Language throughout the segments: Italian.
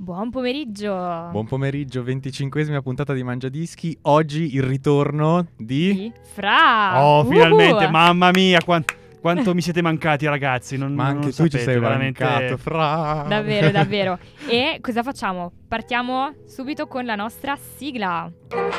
Buon pomeriggio. Buon pomeriggio, 25esima puntata di Mangiadischi. Oggi il ritorno di Fra. Oh, finalmente, mamma mia, quanto mi siete mancati, ragazzi. Ma non anche tu sapete, ci sei veramente mancato, Fra. Davvero, davvero. E cosa facciamo? Partiamo subito con la nostra sigla.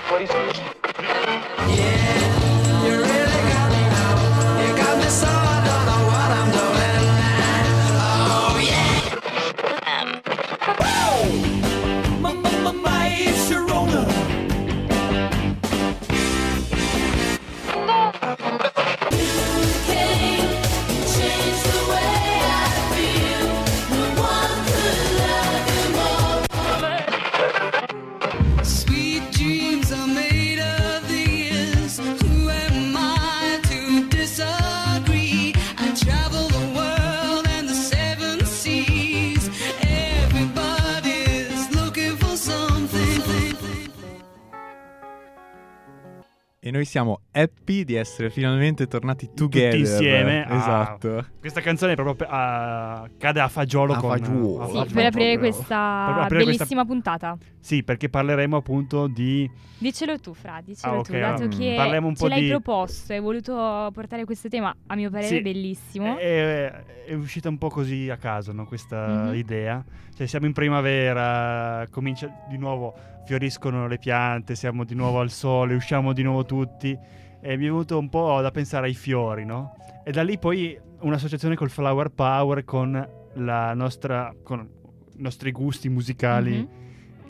E noi siamo happy di essere finalmente tornati together. tutti insieme. Esatto. Questa canzone è proprio cade a fagiolo A con fagiolo. Sì, Sì, per aprire questa Per aprire bellissima puntata. Sì, perché parleremo appunto di Dicelo tu, Fra, dicelo tu, ok, dato che parliamo un ce po' l'hai di- proposto e hai voluto portare questo tema, a mio parere, Sì, bellissimo. è uscita un po' così a caso, no? Questa Mhm. idea. Cioè, siamo in primavera, comincia di nuovo, fioriscono le piante, siamo di nuovo al sole, usciamo di nuovo tutti. E mi è venuto un po' da pensare ai fiori, no? E da lì poi un'associazione col Flower Power con con i nostri gusti musicali. Mhm.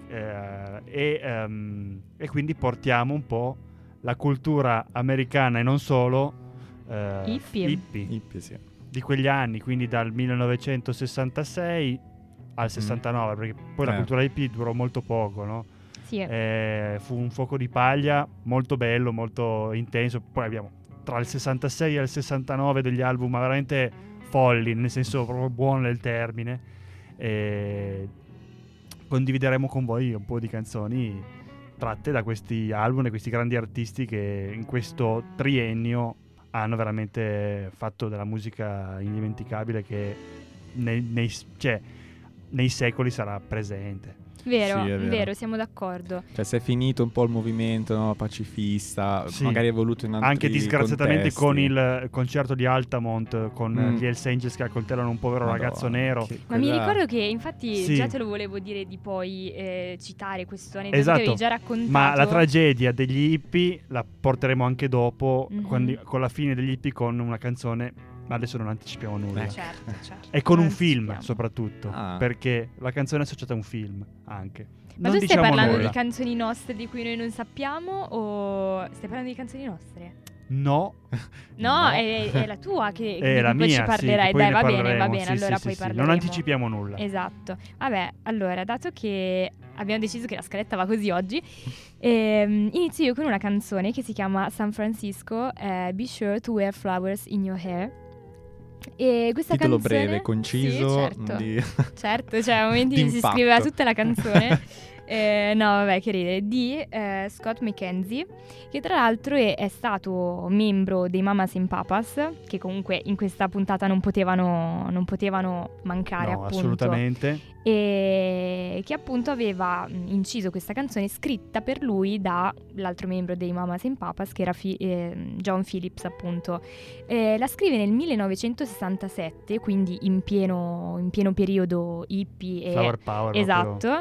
E quindi portiamo un po' la cultura americana e non solo Hippie. Hippie, sì. di quegli anni, quindi dal 1966 al 69, perché poi la cultura hippie durò molto poco, no? Sì. Fu un fuoco di paglia molto bello, molto intenso. Poi abbiamo tra il 66 e il 69 degli album veramente folli, nel senso proprio buono del termine. E condivideremo con voi un po' di canzoni tratte da questi album e questi grandi artisti che in questo triennio hanno veramente fatto della musica indimenticabile che nei secoli sarà presente. Vero, Sì, è vero. siamo d'accordo. Cioè, si è finito un po' il movimento, no, pacifista, Sì. magari evoluto in altri Anche disgraziatamente contesti. con il concerto di Altamont con gli Hells Angels che accoltellano un povero Madonna, ragazzo nero. che Ma mi quella- ricordo che infatti Sì. già te lo volevo dire di poi citare questo aneddoto Esatto. che avevi già raccontato. Ma la tragedia degli hippie la porteremo anche dopo, Mhm. con la fine degli hippie, con una canzone, ma adesso non anticipiamo nulla. Certo, certo. E con Non un film anticipiamo. soprattutto, Ah. perché la canzone è associata a un film anche. Ma Non tu stai diciamo parlando nulla. di canzoni nostre di cui noi non sappiamo o stai parlando di canzoni nostre? No, No, No. È la tua che è di la cui poi mia, ci parlerai. sì, che poi Dai, ne va bene, parleremo. Sì, allora sì, poi sì. parleremo. Non anticipiamo nulla. Esatto. Vabbè, allora, dato che abbiamo deciso che la scaletta va così oggi, inizio io con una canzone che si chiama San Francisco, Be Sure to Wear Flowers in Your Hair. E questa Titolo canzone... breve, conciso. Sì, certo. di- Certo, cioè a momenti si D'impatto. scriveva tutta la canzone. No, vabbè, che ridere. Di Scott McKenzie, che tra l'altro è stato membro dei Mamas and Papas, che comunque in questa puntata non potevano mancare, No, appunto. assolutamente. E che appunto aveva inciso questa canzone scritta per lui dall'altro membro dei Mamas and Papas, che era John Phillips, appunto. La scrive nel 1967, quindi in pieno periodo hippie. Flower Power. Esatto.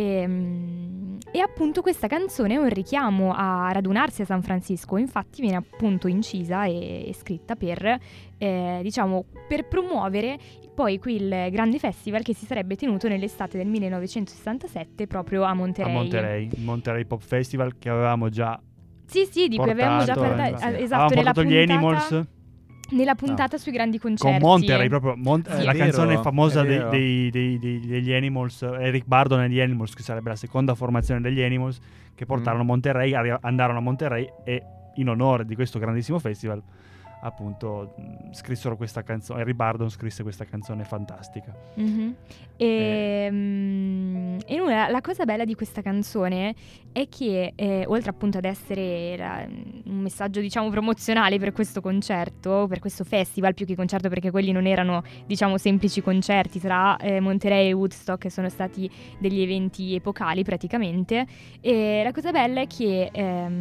E appunto questa canzone è un richiamo a radunarsi a San Francisco, infatti viene appunto incisa e scritta per promuovere poi quel grande festival che si sarebbe tenuto nell'estate del 1967 proprio a Monterey. A Monterey, il Monterey Pop Festival che avevamo già Sì, di cui avevamo già portato, parlato. sì. Esatto, avevamo nella portato gli puntata, Animals nella puntata sui grandi concerti. con Monterey, proprio Sì. la È canzone vero, famosa è vero. degli Animals, Eric Burdon e gli Animals, che sarebbe la seconda formazione degli Animals, che portarono Monterey, andarono a Monterey e in onore di questo grandissimo festival appunto scrissero questa canzone. Harry Bardon scrisse questa canzone fantastica. Mhm. E E la cosa bella di questa canzone è che oltre appunto ad essere un messaggio diciamo promozionale per questo concerto, per questo festival più che concerto, perché quelli non erano diciamo semplici concerti tra Monterey e Woodstock, che sono stati degli eventi epocali praticamente, e la cosa bella è che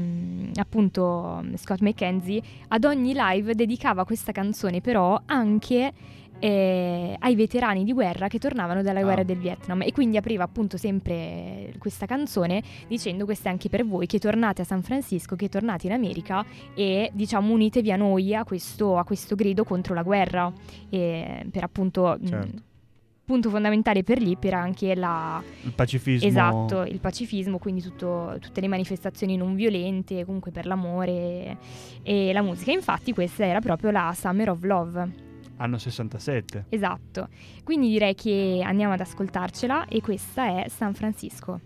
appunto Scott McKenzie ad ogni live dedicava questa canzone però anche ai veterani di guerra che tornavano dalla guerra del Vietnam, e quindi apriva appunto sempre questa canzone dicendo: questa è anche per voi che tornate a San Francisco, che tornate in America, e diciamo unitevi a noi a questo grido contro la guerra, per appunto punto fondamentale per lì, per anche il pacifismo. Esatto, il pacifismo, quindi tutte le manifestazioni non violente, comunque per l'amore e la musica. Infatti questa era proprio la Summer of Love. Anno 67. Esatto, quindi direi che andiamo ad ascoltarcela, e questa è San Francisco.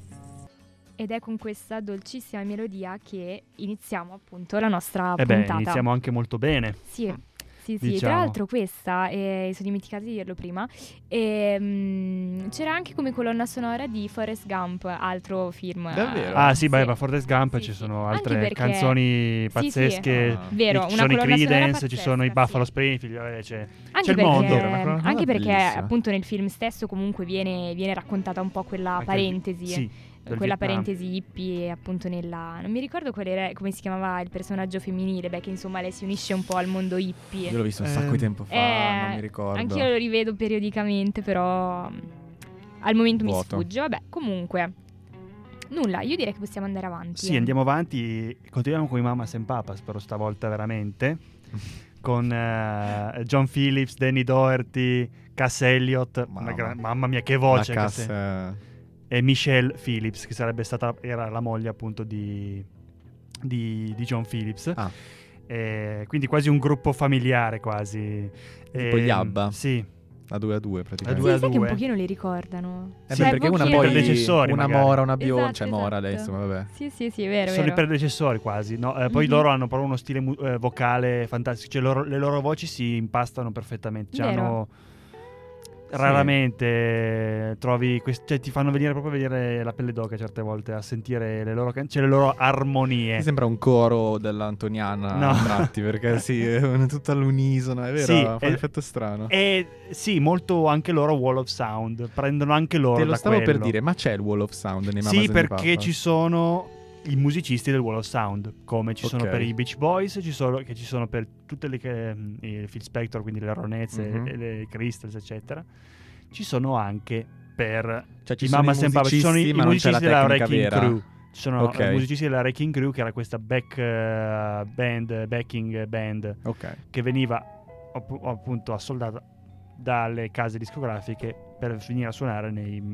Ed è con questa dolcissima melodia che iniziamo appunto la nostra puntata. Iniziamo anche molto bene. Sì. Diciamo. Tra l'altro questa, sono dimenticata di dirlo prima, c'era anche come colonna sonora di Forrest Gump, altro film. Davvero? Ma Forrest Gump ci sono altre canzoni pazzesche. Vero, ci una sono i colonna sonora Creedence, pazzesca, ci sono i Buffalo Springfield, c'è anche il perché, mondo. anche perché bellissima. appunto nel film stesso comunque viene raccontata un po' quella Anche parentesi. Quella Vietnam. parentesi hippie appunto non mi ricordo come si chiamava il personaggio femminile, che insomma lei si unisce un po' al mondo hippie. Io l'ho visto un sacco di tempo fa, non mi ricordo. Anch'io lo rivedo periodicamente, però al momento mi Vuoto. sfugge. Vabbè, comunque nulla, io direi che possiamo andare avanti. Sì, andiamo avanti, continuiamo con i Mamas and Papas, però stavolta veramente con John Phillips, Danny Doherty, Cass Elliot, mamma mia che voce, La Cass, e Michelle Phillips, che era la moglie appunto di John Phillips. Quindi quasi un gruppo familiare quasi. Tipo gli ABBA. Sì. A 2-2 praticamente. Sì, sai che un pochino li ricordano. Sì, perché una poi predecessori, una magari. Mora, una bionda, Esatto, Mora lei, esatto. insomma, vabbè. Sì, è vero. Sono i predecessori quasi, no? Poi loro hanno proprio uno stile vocale fantastico, cioè le loro voci si impastano perfettamente, raramente trovi ti fanno venire la pelle d'oca certe volte a sentire le loro canzoni, le loro armonie. Mi sembra un coro dell'Antoniana a tratti, perché sì, è tutto all'unisono, è vero, Sì, fa un effetto strano. E sì, molto anche loro Wall of Sound, prendono anche loro Te lo da stavo quello. per dire, ma c'è il Wall of Sound nei Mamas Sì, and perché Papas? ci sono i musicisti del Wall of Sound, come ci sono per i Beach Boys, ci sono per tutte le Phil Spector, quindi le Ronezze, le Crystals, eccetera. Ci sono anche per i Mamas and Papas, ci sono i musicisti della Wrecking Crew. Ci sono i musicisti della Wrecking Crew, che era questa backing band che veniva appunto assoldata dalle case discografiche per venire a suonare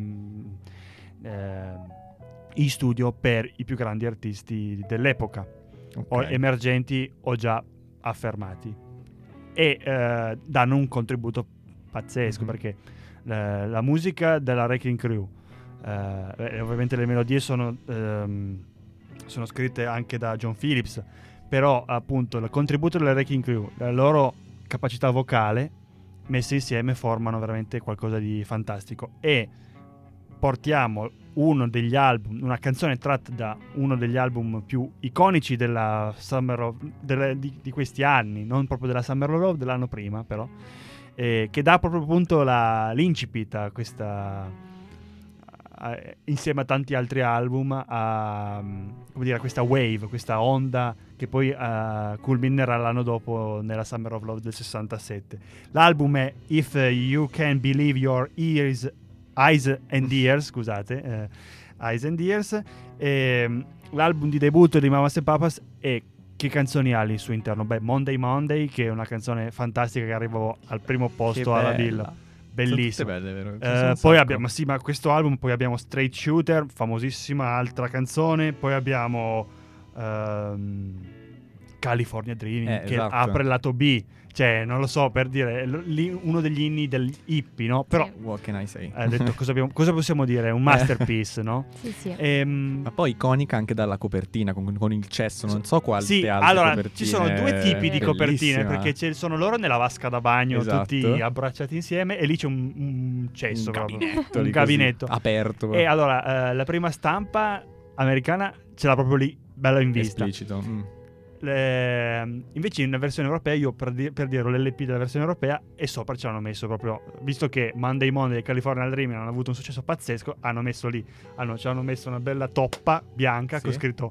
in studio per i più grandi artisti dell'epoca, o emergenti o già affermati, e danno un contributo pazzesco, perché la musica della Wrecking Crew, ovviamente le melodie sono scritte anche da John Phillips, però appunto il contributo della Wrecking Crew, la loro capacità vocale messe insieme formano veramente qualcosa di fantastico. E portiamo uno degli album, una canzone tratta da uno degli album più iconici della Summer di questi anni, non proprio della Summer of Love, dell'anno prima però, che dà proprio appunto l'incipit a questa, insieme a tanti altri album, a questa wave, questa onda che poi culminerà l'anno dopo nella Summer of Love del 67. L'album è If You Can Believe Your Eyes and Ears, scusate, Eyes and Ears, l'album di debutto di Mamas and Papas. E che canzoni ha lì al suo interno? Monday Monday, che è una canzone fantastica che arrivò al primo posto alla Bill, bellissimo. Sono tutte belle, vero? Poi abbiamo, ma questo album, poi abbiamo Straight Shooter, famosissima altra canzone, poi abbiamo California Dreaming, che esatto. apre il lato B. Cioè, non lo so, per dire, uno degli inni del hippie, no? Però, What can I say? ha detto, cosa possiamo dire? Un masterpiece, no? Sì. Ma poi iconica anche dalla copertina, con il cesso, non so quante altre allora, copertine. ci sono due tipi di copertine, Bellissima. perché sono loro nella vasca da bagno, Esatto. tutti abbracciati insieme, e lì c'è un cesso, un proprio. gabinetto, Un lì gabinetto. così, aperto. E allora, la prima stampa americana ce l'ha proprio lì, bella in vista. Esplicito. Invece in versione europea, io per dire l'LP della versione europea, e sopra ci hanno messo proprio, visto che Monday e California Dreaming hanno avuto un successo pazzesco, hanno messo lì, ci hanno messo una bella toppa bianca con scritto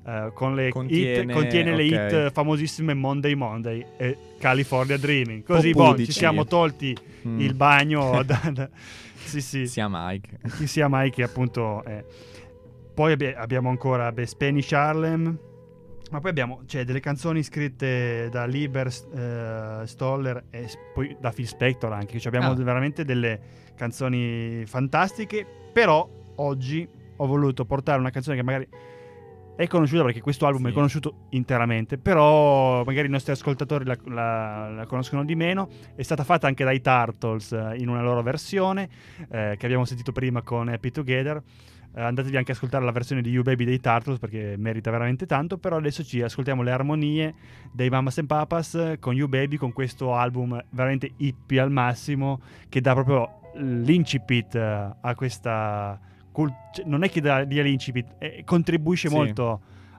contiene le hit famosissime Monday e California Dreaming, così ci siamo tolti il bagno sì. Sia Mike chi sia Mike, che appunto poi abbiamo ancora Spanish Harlem. Ma poi abbiamo delle canzoni scritte da Lieber, Stoller e poi da Phil Spector anche. Abbiamo veramente delle canzoni fantastiche. Però oggi ho voluto portare una canzone che magari è conosciuta, perché questo album è conosciuto interamente, però magari i nostri ascoltatori la conoscono di meno. È stata fatta anche dai Turtles in una loro versione che abbiamo sentito prima con Happy Together. Andatevi anche a ascoltare la versione di You Baby dei Turtles, perché merita veramente tanto. Però adesso ci ascoltiamo le armonie dei Mamas and Papas con You Baby, con questo album veramente hippie al massimo, che dà proprio l'incipit a questa non è che dia l'incipit, contribuisce molto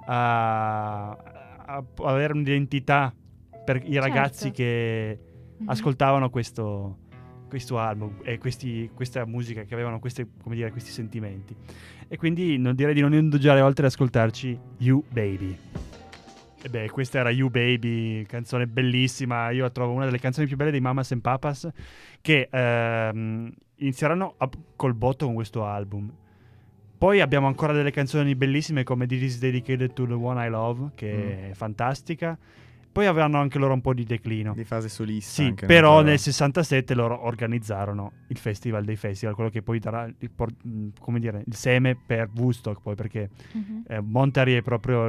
a avere un'identità per i ragazzi che ascoltavano questo album e questa musica, che avevano questi sentimenti. E quindi non direi di non indugiare oltre ad ascoltarci You Baby. E questa era You Baby, canzone bellissima. Io la trovo una delle canzoni più belle dei Mamas and Papas, che inizieranno col botto con questo album. Poi abbiamo ancora delle canzoni bellissime come This is Dedicated to the One I Love, che è fantastica. Poi avevano anche loro un po' di declino, di fase solista. Sì, anche, però nel 67 loro organizzarono il Festival dei Festival, quello che poi darà il seme per Woodstock, poi, perché Monterey è proprio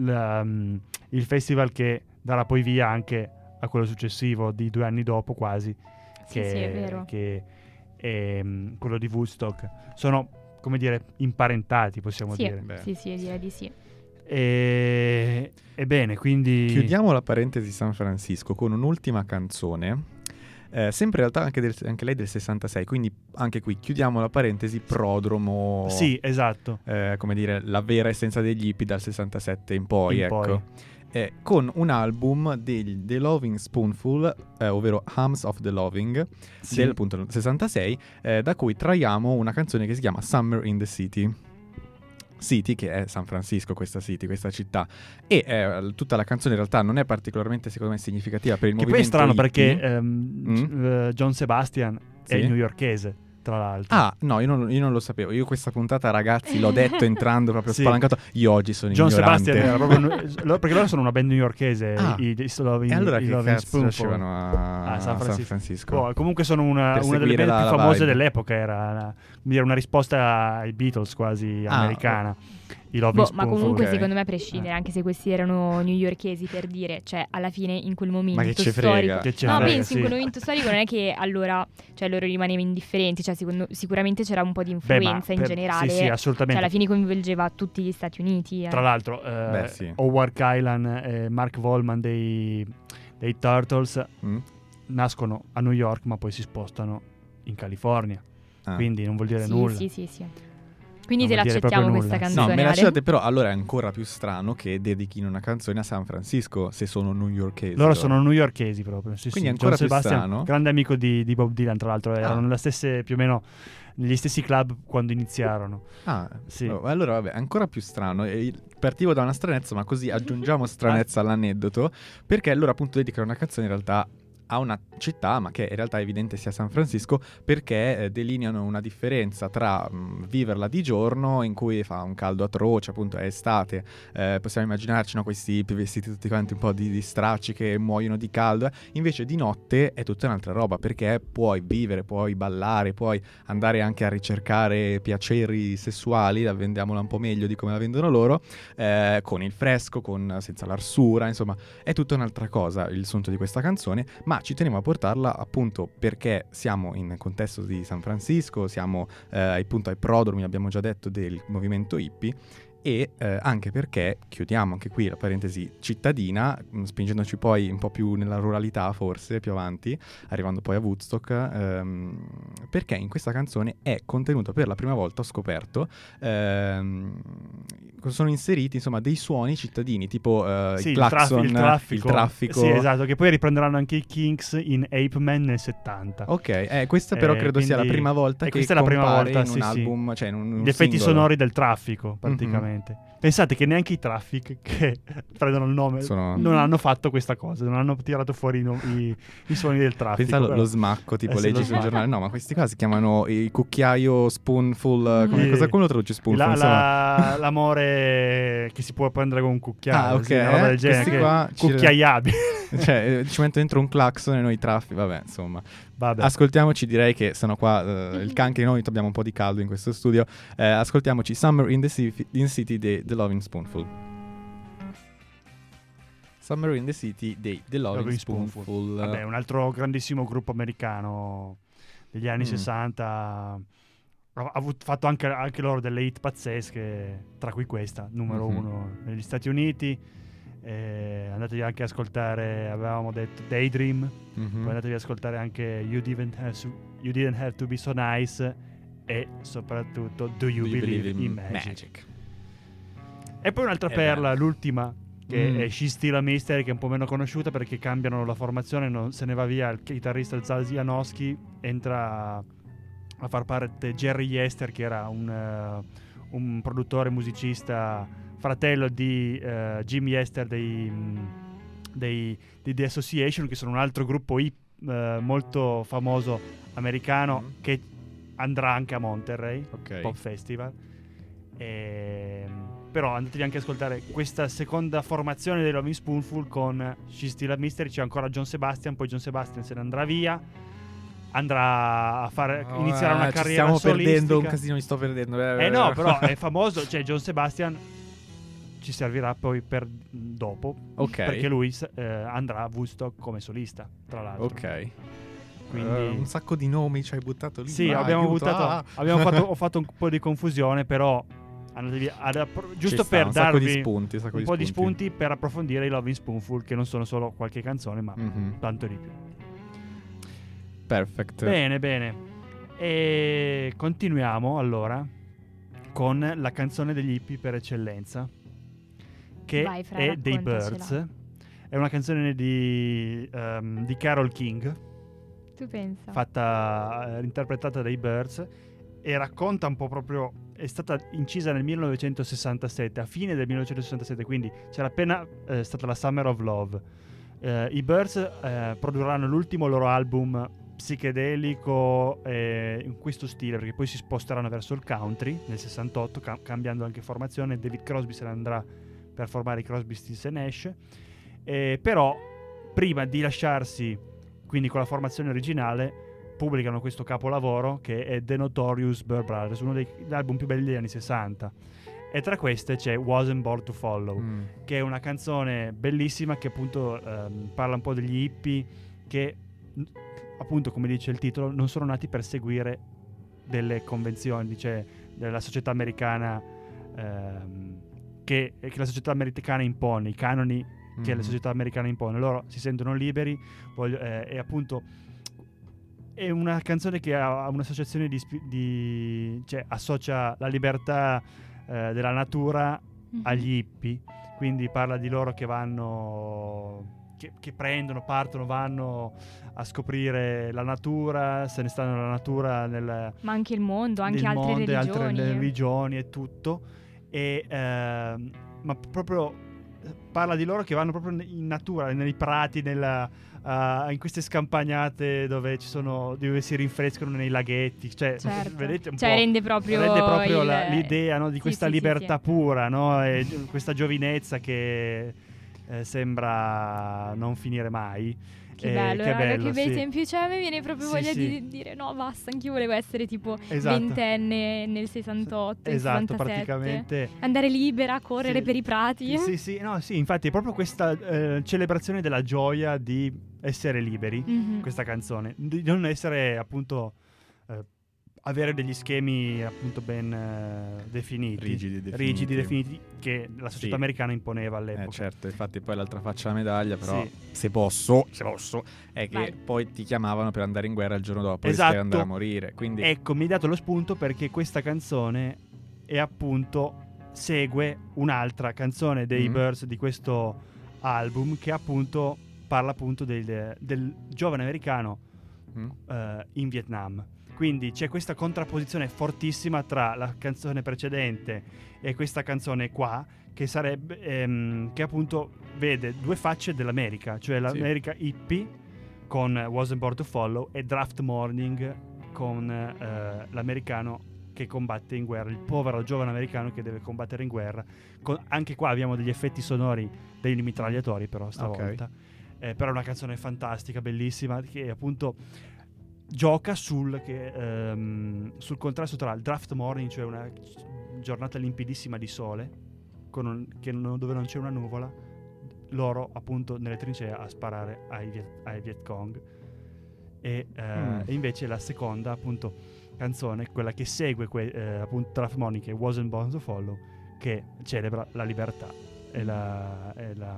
il festival che darà poi via anche a quello successivo di 2 anni dopo quasi, sì, è vero. che è quello di Woodstock. Sono, imparentati, possiamo dire. Sì, direi di sì. Ebbene, quindi chiudiamo la parentesi San Francisco con un'ultima canzone, sempre in realtà anche lei del 66, quindi anche qui chiudiamo la parentesi prodromo. Sì, esatto. La vera essenza degli hippie dal 67 in poi. Con un album del The Loving Spoonful, ovvero Hums of the Loving, del appunto 66, da cui traiamo una canzone che si chiama Summer in the City, che è San Francisco, questa città. E tutta la canzone in realtà non è particolarmente, secondo me, significativa per il movimento poi è strano hippie. Perché John Sebastian è newyorkese, tra l'altro. Ah, no, io non lo sapevo. Io questa puntata, ragazzi, l'ho detto entrando proprio spalancato. Io oggi sono John ignorante. Sebastian era proprio perché loro sono una band newyorkese. E allora che cazzo facevano a San Francisco? Comunque sono una delle band più famose dell'epoca. Era una risposta ai Beatles quasi americana. Ma comunque secondo me a prescindere, anche se questi erano newyorkesi, per dire, cioè alla fine in quel momento storico, penso in quel momento storico non è che allora, cioè loro rimanevano indifferenti, cioè sicuramente c'era un po' di influenza in generale. Sì, assolutamente. Cioè alla fine coinvolgeva tutti gli Stati Uniti. Tra l'altro Howard Kylan e Mark Volman dei Turtles nascono a New York, ma poi si spostano in California. Quindi non vuol dire nulla. Sì. Quindi te l'accettiamo questa canzone. No, me l'accettate, però allora è ancora più strano che dedichino una canzone a San Francisco se sono newyorkesi. Loro sono newyorkesi proprio. Quindi ancora John più Sebastian, strano. grande amico di Bob Dylan, tra l'altro, erano nella stesse, più o meno negli stessi club quando iniziarono. Allora vabbè, ancora più strano. Partivo da una stranezza, ma così aggiungiamo stranezza all'aneddoto, perché allora appunto dedicano una canzone in realtà a una città, ma che in realtà è evidente sia San Francisco, perché delineano una differenza tra viverla di giorno, in cui fa un caldo atroce, appunto è estate, possiamo immaginarci, no, questi hippie vestiti tutti quanti un po' di stracci che muoiono di caldo, invece di notte è tutta un'altra roba, perché puoi vivere, puoi ballare, puoi andare anche a ricercare piaceri sessuali, la vendiamola un po' meglio di come la vendono loro, con il fresco, senza l'arsura, insomma è tutta un'altra cosa il sunto di questa canzone, ma ci teniamo a portarla appunto perché siamo in contesto di San Francisco, siamo appunto ai prodromi, abbiamo già detto, del movimento hippie, e anche perché, chiudiamo anche qui la parentesi cittadina, spingendoci poi un po' più nella ruralità, forse più avanti, arrivando poi a Woodstock, perché in questa canzone è contenuto per la prima volta, ho scoperto, sono inseriti insomma dei suoni cittadini, tipo sì, il clacson, il traffico. Sì, esatto, che poi riprenderanno anche i Kinks in Ape Man nel 70. Ok, questa però credo sia la prima volta che questa è la prima volta, in un album, cioè in un gli effetti singolo sonori del traffico, praticamente. Pensate che neanche i Traffic, che prendono il nome, non hanno fatto questa cosa, non hanno tirato fuori i suoni del traffico. Pensa lo smacco, tipo leggi sul giornale, no, ma questi qua si chiamano il cucchiaio spoonful, come lo traduci spoonful? L'amore che si può prendere con un cucchiaio, ok, una roba del genere, qua cucchiaiabili. Cioè ci metto dentro un clacson e noi traffici, vabbè, insomma. Vabbè. Ascoltiamoci, direi che sono qua il can che noi abbiamo un po' di caldo in questo studio, ascoltiamoci Summer in the City dei The Loving Spoonful. Summer in the City dei The Loving Spoonful. Vabbè, un altro grandissimo gruppo americano degli anni 60, ha fatto anche loro delle hit pazzesche, tra cui questa, numero 1 negli Stati Uniti. Andatevi anche ad ascoltare, avevamo detto Daydream, poi andatevi ad ascoltare anche You Didn't Have to Be So Nice e soprattutto Do You Believe in Magic. E poi un'altra perla, l'ultima, che è She's Still a Mystery, che è un po' meno conosciuta perché cambiano la formazione, se ne va via il chitarrista Zal Janowski, entra a far parte Jerry Yester, che era un produttore musicista, fratello di Jim Yester di The Association, che sono un altro gruppo molto famoso americano, che andrà anche a Monterey Pop Festival. Però andatevi anche a ascoltare questa seconda formazione dei Loving Spoonful con She's Still a Mystery. C'è ancora John Sebastian, poi John Sebastian se ne andrà via, andrà a inizierà una carriera stiamo solistica. Perdendo un casino, mi sto perdendo. No, però è famoso, cioè John Sebastian ci servirà poi per dopo, perché lui andrà a Woodstock come solista, tra l'altro. Ok. Quindi un sacco di nomi ci hai buttato lì. Sì, ho fatto un po' di confusione, però andatevi giusto per darvi un po' di spunti per approfondire i Loving Spoonful, che non sono solo qualche canzone, ma tanto di più. Perfect. Bene. E continuiamo allora con la canzone degli hippie per eccellenza, che è dei Byrds. È una canzone di Carole King. Tu pensa? Interpretata dai Byrds, e racconta un po' proprio, è stata incisa nel 1967, a fine del 1967, quindi c'era appena stata la Summer of Love. I Byrds produrranno l'ultimo loro album psichedelico in questo stile, perché poi si sposteranno verso il country nel 68, cambiando anche formazione. David Crosby se ne andrà per formare i Crosby, Stills & Nash, però prima di lasciarsi, quindi con la formazione originale, pubblicano questo capolavoro che è The Notorious Byrd Brothers, uno degli album più belli degli anni 60, e tra queste c'è Wasn't Born to Follow, che è una canzone bellissima che appunto parla un po' degli hippie che, appunto, come dice il titolo, non sono nati per seguire delle convenzioni, cioè della società americana, che la società americana impone, i canoni che la società americana impone. Loro si sentono liberi, e appunto è una canzone che ha un'associazione cioè associa la libertà della natura agli hippie, quindi parla di loro che vanno, che partono, vanno a scoprire la natura, se ne stanno nella natura, ma anche il mondo, anche altre religioni e tutto, ma proprio parla di loro che vanno proprio in natura, nei prati, in queste scampagnate dove si rinfrescano nei laghetti, cioè, certo. vedete un cioè po', rende proprio l'idea, no, di sì, questa sì, libertà sì. pura, no? E questa giovinezza che sembra non finire mai. Che bello, che raga, bello, che bei sì. tempi. Cioè, a me viene proprio Sì, voglia sì. di dire no, basta, anch'io volevo essere tipo Esatto. ventenne nel 68, Esatto, 67. praticamente. Andare libera, correre Sì. per i prati. Sì, no, sì, infatti è proprio questa celebrazione della gioia di essere liberi, Mhm. questa canzone, di non essere appunto avere degli schemi appunto ben definiti, rigidi, definiti, che la società americana imponeva all'epoca. Certo, infatti poi l'altra faccia della medaglia, però Sì. se posso, è che Vai. poi ti chiamavano per andare in guerra il giorno dopo, Esatto. rischiavi di andare a morire, quindi Ecco, mi hai dato lo spunto perché questa canzone è appunto segue un'altra canzone dei Byrds di questo album che appunto parla appunto del giovane americano in Vietnam. Quindi c'è questa contrapposizione fortissima tra la canzone precedente e questa canzone qua, che sarebbe che appunto vede due facce dell'America, cioè l'America hippie con Wasn't Born to Follow e Draft Morning con l'americano che combatte in guerra, il povero giovane americano che deve combattere in guerra. Anche qua abbiamo degli effetti sonori dei mitragliatori però stavolta. Però è una canzone fantastica, bellissima, che appunto gioca sul contrasto tra il draft morning, cioè una giornata limpidissima di sole dove non c'è una nuvola, loro appunto nelle trincee a sparare ai Viet Cong e invece la seconda appunto canzone, quella che segue appunto draft morning, che Wasn't Born to Follow, che celebra la libertà e la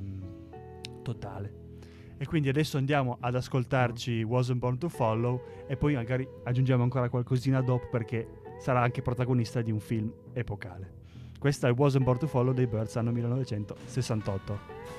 totale. E quindi adesso andiamo ad ascoltarci Wasn't Born to Follow e poi magari aggiungiamo ancora qualcosina dopo, perché sarà anche protagonista di un film epocale. Questa è Wasn't Born to Follow dei Byrds, anno 1968.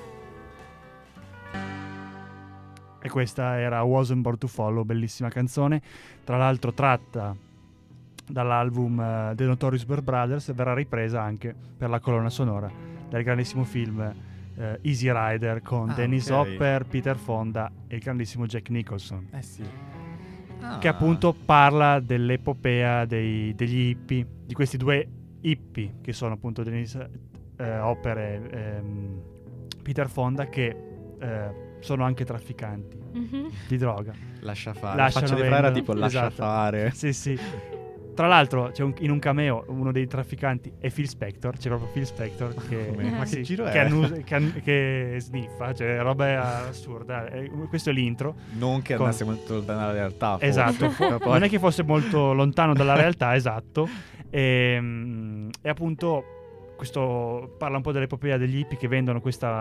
E questa era Wasn't Born to Follow, bellissima canzone, tra l'altro tratta dall'album The Notorious Byrd Brothers, verrà ripresa anche per la colonna sonora del grandissimo film Easy Rider con Dennis Hopper, Peter Fonda e il grandissimo Jack Nicholson, che appunto parla dell'epopea degli hippie, di questi due hippie che sono appunto Dennis Hopper e Peter Fonda, che sono anche trafficanti di droga. Lascia fare. La faccia di Fra era tipo lascia fare. Sì. Tra l'altro c'è in un cameo uno dei trafficanti è Phil Spector, c'è proprio Phil Spector che, ma che giro è? Che sniffa, cioè roba assurda. Questo è l'intro. Non che andasse molto lontano dalla realtà. Esatto, non è che fosse molto lontano dalla realtà, esatto. E appunto questo parla un po' dell'epopea degli hippie che vendono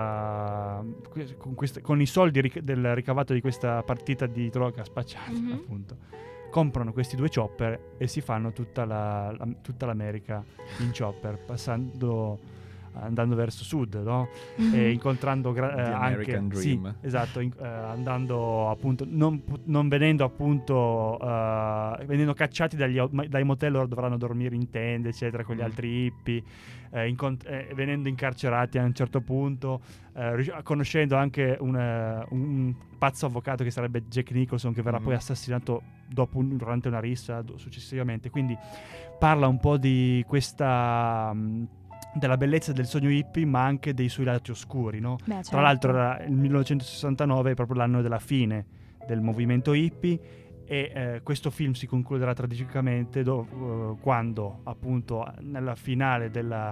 con i soldi del ricavato di questa partita di droga spacciata, appunto. Comprano questi due chopper e si fanno tutta l'America in chopper, andando verso sud, no? E incontrando anche Dream. Sì, esatto, andando appunto non venendo appunto venendo cacciati dai motel, loro dovranno dormire in tende eccetera con gli altri hippie, venendo incarcerati a un certo punto, conoscendo anche un pazzo avvocato che sarebbe Jack Nicholson, che verrà poi assassinato durante una rissa successivamente. Quindi parla un po' di questa della bellezza del sogno hippie, ma anche dei suoi lati oscuri, no? Beh, certo. Tra l'altro era il 1969, è proprio l'anno della fine del movimento hippie, e questo film si concluderà tragicamente quando appunto nella finale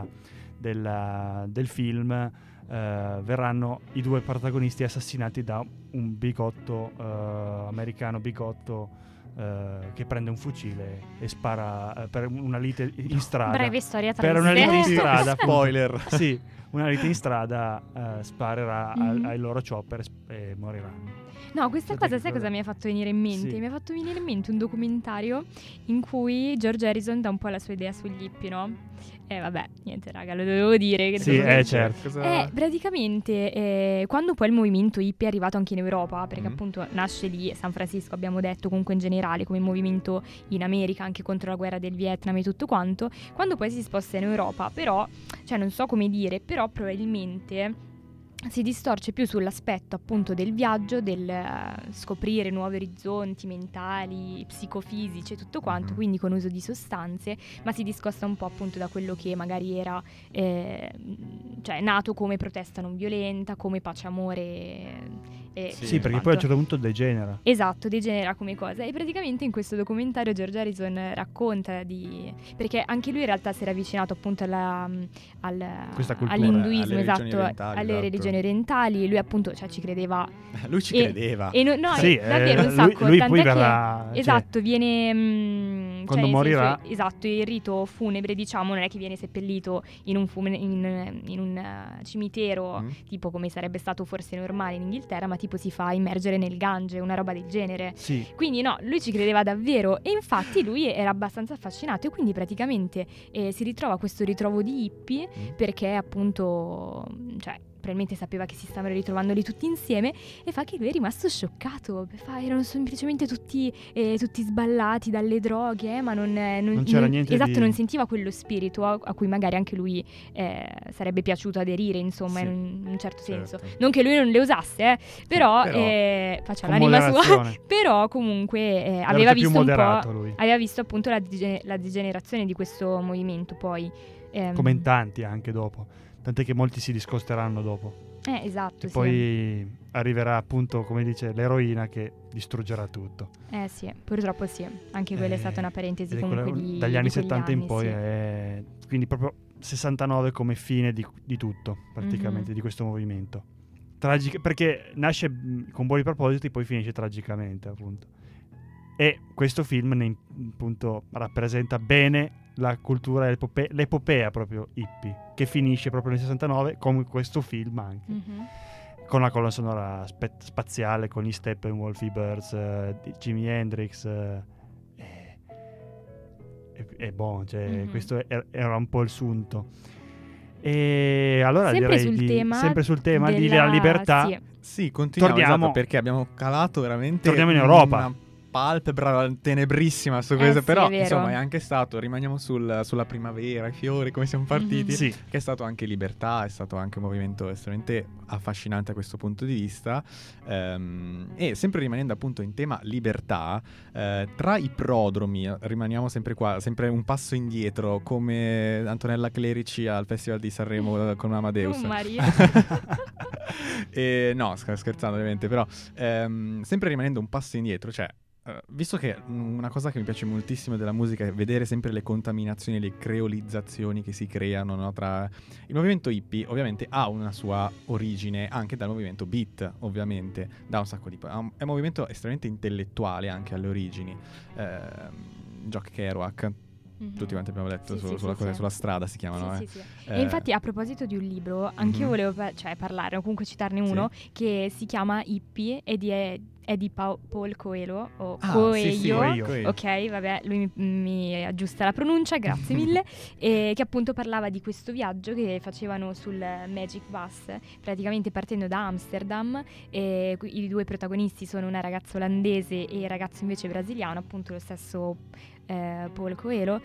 del film verranno i due protagonisti assassinati da un bigotto americano che prende un fucile e spara per una lite in strada. Breve storia per una lite in triste. strada, Spoiler. Sì, una lite in strada sparerà ai loro chopper e moriranno. No, questa cosa sai cosa mi ha fatto venire in mente? Sì. Mi ha fatto venire in mente un documentario in cui George Harrison dà un po' la sua idea sugli hippie, no? Vabbè, niente raga, lo dovevo dire. Sì, certo. Praticamente quando poi il movimento hippie è arrivato anche in Europa, perché appunto nasce lì, San Francisco abbiamo detto, comunque in generale come movimento in America anche contro la guerra del Vietnam e tutto quanto, quando poi si sposta in Europa, però, cioè non so come dire, però probabilmente si distorce più sull'aspetto appunto del viaggio, del scoprire nuovi orizzonti mentali, psicofisici e tutto quanto, quindi con uso di sostanze, ma si discosta un po' appunto da quello che magari era cioè nato come protesta non violenta, come pace amore. Sì, perché poi a un certo punto degenera. Esatto, degenera come cosa. E praticamente in questo documentario George Harrison racconta perché anche lui in realtà si era avvicinato appunto all'induismo, esatto, alle religioni orientali. Lui appunto ci credeva. Lui ci credeva. E davvero un sacco. Lui tant'è poi che, verrà, esatto, viene quando morirà. Esatto, il rito funebre, diciamo, non è che viene seppellito in un cimitero, tipo come sarebbe stato forse normale in Inghilterra, ma tipo si fa immergere nel Gange, una roba del genere. Sì. Quindi no, lui ci credeva davvero, e infatti lui era abbastanza affascinato, e quindi praticamente si ritrova questo ritrovo di hippie perché appunto, probabilmente sapeva che si stavano ritrovando lì tutti insieme, e fa che lui è rimasto scioccato. Erano semplicemente tutti sballati dalle droghe, ma non c'era niente. Esatto, non sentiva quello spirito a cui magari anche lui sarebbe piaciuto aderire, insomma, in un certo senso. Non che lui non le usasse, però faccia l'anima sua. Però comunque aveva visto un po', lui. aveva visto appunto la degenerazione di questo movimento poi. Come in tanti anche dopo. Tant'è che molti si discosteranno dopo. Esatto. E poi arriverà appunto, come dice, l'eroina che distruggerà tutto. Sì, purtroppo sì. Anche quella è stata una parentesi comunque dagli anni di 70 in poi. sì. Quindi proprio 69 come fine di tutto, praticamente, di questo movimento. Perché nasce con buoni propositi, poi finisce tragicamente, appunto. E questo film appunto rappresenta bene la cultura, l'epopea proprio hippie, che finisce proprio nel 69 come questo film anche, con la colonna sonora spaziale, con gli Steppenwolf, i Birds, Jimi Hendrix, e questo era un po' il sunto. E allora sempre direi sempre sul tema della libertà. Sì, continuiamo, torniamo, perché abbiamo calato veramente. Torniamo in Europa. Palpebra tenebrissima su questo, sì, però è insomma è anche stato, rimaniamo sulla primavera, i fiori, come siamo partiti, sì. Che è stato anche libertà, è stato anche un movimento estremamente affascinante a questo punto di vista, e sempre rimanendo appunto in tema libertà, tra i prodromi, rimaniamo sempre qua, sempre un passo indietro, come Antonella Clerici al Festival di Sanremo con Amadeus. Maria. No, scherzando ovviamente, però sempre rimanendo un passo indietro, visto che una cosa che mi piace moltissimo della musica è vedere sempre le contaminazioni, le creolizzazioni che si creano, no, tra il movimento hippie. Ovviamente ha una sua origine anche dal movimento beat, ovviamente da un sacco di è un movimento estremamente intellettuale anche alle origini. Jock Kerouac, tutti quanti abbiamo letto sulla strada, si chiamano. Sì. E infatti, a proposito di un libro, anche io volevo parlare, o comunque citarne uno, che si chiama Hippie, e è di Paul Coelho, o Coelho. Ok, vabbè, lui mi aggiusta la pronuncia, grazie mille. E che appunto parlava di questo viaggio che facevano sul Magic Bus, praticamente partendo da Amsterdam, e i due protagonisti sono una ragazza olandese e il ragazzo invece brasiliano, appunto lo stesso Paul Coelho,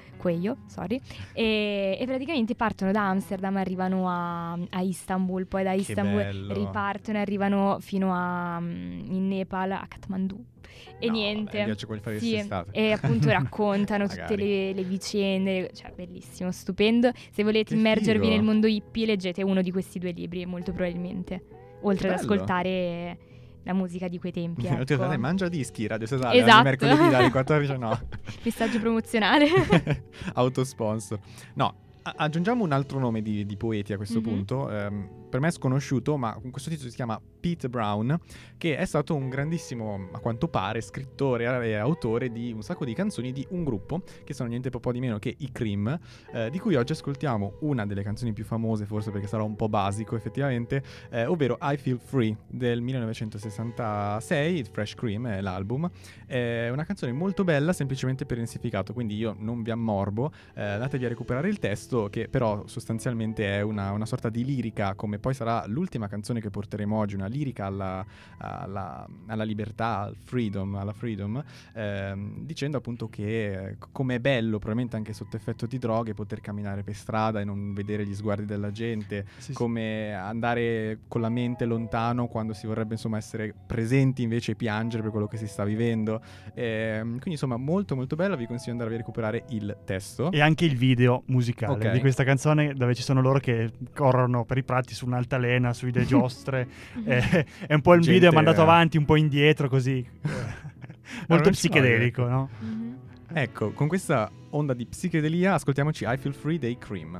e praticamente partono da Amsterdam, arrivano a Istanbul, poi da Istanbul ripartono e arrivano fino in Nepal, a Kathmandu. E niente, e appunto raccontano tutte le vicende, bellissimo, stupendo. Se volete immergervi nel mondo hippie, leggete uno di questi due libri, molto probabilmente, oltre ad ascoltare la musica di quei tempi. Ecco. Mangia dischi, Radio Sesame, esatto. Ogni mercoledì dalle 14, no. Messaggio promozionale. Autosponsor. No, aggiungiamo un altro nome di poeti a questo punto, per me è sconosciuto, ma questo tizio si chiama Pete Brown, che è stato un grandissimo, a quanto pare, scrittore e autore di un sacco di canzoni di un gruppo che sono niente po' di meno che i Cream, di cui oggi ascoltiamo una delle canzoni più famose, forse perché sarà un po' basico effettivamente, ovvero I Feel Free del 1966, il Fresh Cream è l'album. È una canzone molto bella, semplicemente per il significato, quindi io non vi ammorbo, andatevi a recuperare il testo testo che però sostanzialmente è una sorta di lirica, come poi sarà l'ultima canzone che porteremo oggi, una lirica alla libertà, alla freedom, dicendo appunto che come è bello, probabilmente anche sotto effetto di droghe, poter camminare per strada e non vedere gli sguardi della gente, come andare con la mente lontano quando si vorrebbe insomma essere presenti invece e piangere per quello che si sta vivendo. Quindi insomma molto molto bello, vi consiglio di andare a recuperare il testo e anche il video musicale di questa canzone, dove ci sono loro che corrono per i prati su un'altalena, sui delle giostre. È un po' il video mandato avanti, un po' indietro, così molto psichedelico, no? Ecco, con questa onda di psichedelia ascoltiamoci I Feel Free dei Cream.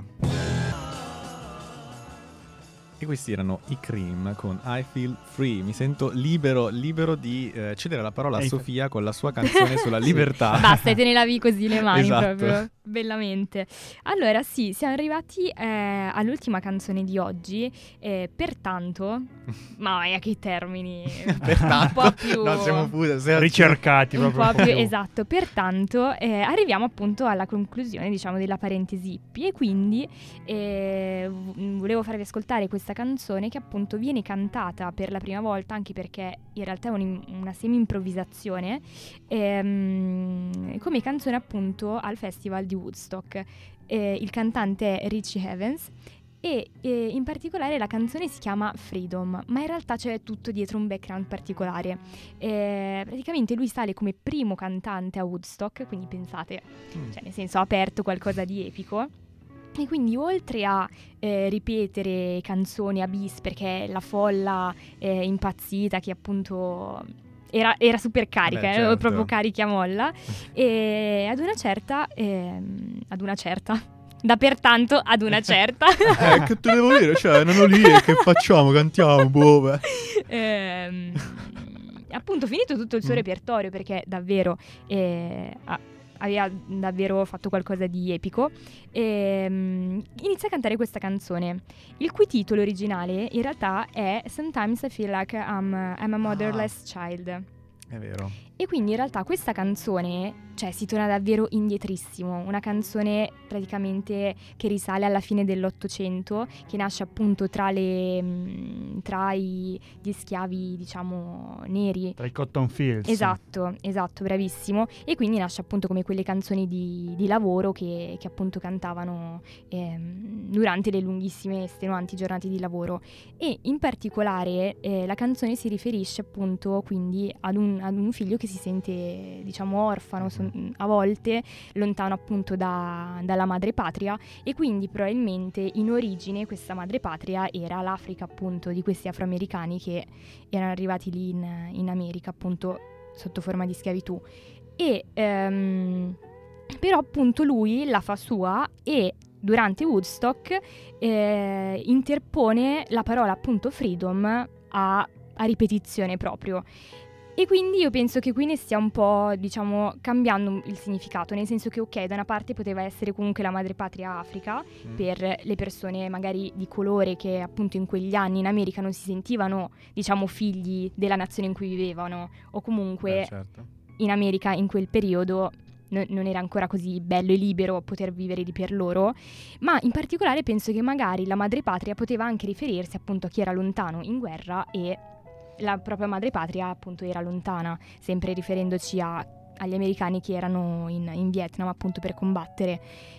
E questi erano i Cream con I Feel Free. Mi sento libero di cedere la parola a Sofia con la sua canzone sulla libertà. Basta, te ne lavi così le mani, esatto. proprio bellamente. Allora sì, siamo arrivati all'ultima canzone di oggi, pertanto, ma a che termini pertanto, un po' più no, siamo ricercati un proprio po' più, esatto. Pertanto arriviamo appunto alla conclusione, diciamo, della parentesi hippie, e quindi volevo farvi ascoltare questa canzone che appunto viene cantata per la prima volta, anche perché in realtà è una semi-improvvisazione, come canzone appunto al festival di Woodstock. Il cantante è Richie Havens e in particolare la canzone si chiama Freedom, ma in realtà c'è tutto dietro un background particolare. Praticamente lui sale come primo cantante a Woodstock, quindi pensate, cioè nel senso ha aperto qualcosa di epico. E quindi oltre a ripetere canzoni a bis, perché la folla impazzita che appunto era super carica, certo. Proprio carichi a molla, e ad una certa da pertanto ad una certa che te devo dire, cioè non lì, che facciamo, cantiamo, boh. Appunto finito tutto il suo repertorio, perché davvero aveva davvero fatto qualcosa di epico, inizia a cantare questa canzone, il cui titolo originale in realtà è Sometimes I Feel Like I'm a Motherless Child. È vero. E quindi in realtà questa canzone, cioè, si torna davvero indietrissimo, una canzone praticamente che risale alla fine dell'800, che nasce appunto tra gli schiavi, diciamo, neri. Tra i cotton fields. Esatto, bravissimo. E quindi nasce appunto come quelle canzoni di lavoro che appunto cantavano durante le lunghissime e estenuanti giornate di lavoro. E in particolare la canzone si riferisce appunto quindi ad un figlio che si sente, diciamo, orfano a volte, lontano appunto dalla madre patria, e quindi probabilmente in origine questa madre patria era l'Africa appunto di questi afroamericani che erano arrivati lì in America appunto sotto forma di schiavitù. E però appunto lui la fa sua e durante Woodstock interpone la parola appunto freedom a ripetizione proprio. E quindi io penso che qui ne stia un po', diciamo, cambiando il significato, nel senso che ok, da una parte poteva essere comunque la madrepatria Africa per le persone magari di colore che appunto in quegli anni in America non si sentivano, diciamo, figli della nazione in cui vivevano, o comunque certo. In America in quel periodo non era ancora così bello e libero poter vivere di per loro, ma in particolare penso che magari la madrepatria poteva anche riferirsi appunto a chi era lontano in guerra e la propria madrepatria appunto era lontana, sempre riferendoci agli americani che erano in Vietnam appunto per combattere.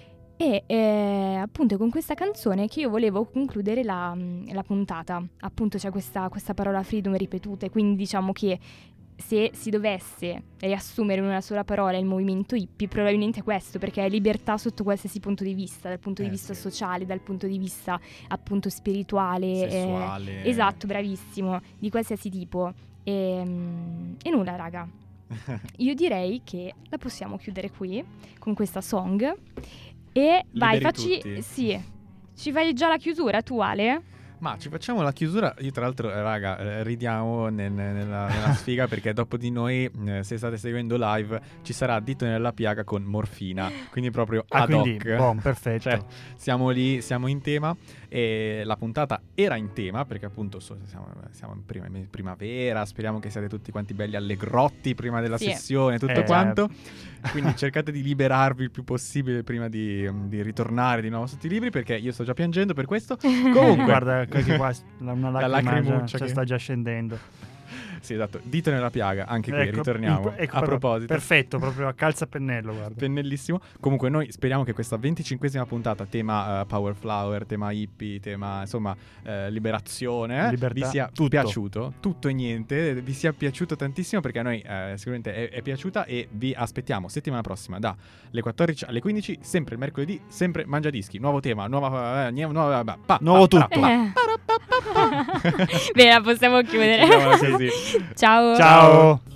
E appunto con questa canzone che io volevo concludere la puntata, appunto c'è questa parola freedom ripetuta, e quindi diciamo che se si dovesse riassumere in una sola parola il movimento hippie, probabilmente è questo, perché è libertà sotto qualsiasi punto di vista, dal punto di vista sociale, dal punto di vista appunto spirituale, sessuale. Esatto, bravissimo, di qualsiasi tipo. E nulla, raga. Io direi che la possiamo chiudere qui con questa song. E vai, Liberi tutti. Sì, ci fai già la chiusura tu, Ale? Ma ci facciamo la chiusura. Io tra l'altro, raga, ridiamo nella sfiga perché dopo di noi, se state seguendo live, ci sarà Dito nella piaga con Morfina. Quindi proprio ad hoc. Boh, perfetto. Cioè, siamo lì, siamo in tema. E la puntata era in tema perché appunto siamo in primavera. Speriamo che siate tutti quanti belli allegrotti prima della sessione, tutto quanto. Quindi cercate di liberarvi il più possibile prima di ritornare di nuovo sotto i libri, perché io sto già piangendo per questo. Comunque, guarda, qua una lacrimuccia che sta già scendendo. Sì, esatto, Dito nella piaga, anche qui ritorniamo. A proposito, perfetto, proprio a calzapennello, guarda. Pennellissimo. Comunque noi speriamo che questa 25esima puntata, tema Power Flower, tema hippie, tema insomma liberazione, libertà, vi sia piaciuto, tutto e niente, vi sia piaciuto tantissimo, perché a noi sicuramente è piaciuta, e vi aspettiamo settimana prossima dalle 14 alle 15, sempre il mercoledì, sempre Mangiadischi, nuovo tema, nuovo tutto. Bene, possiamo chiudere. Così. Ciao. Ciao.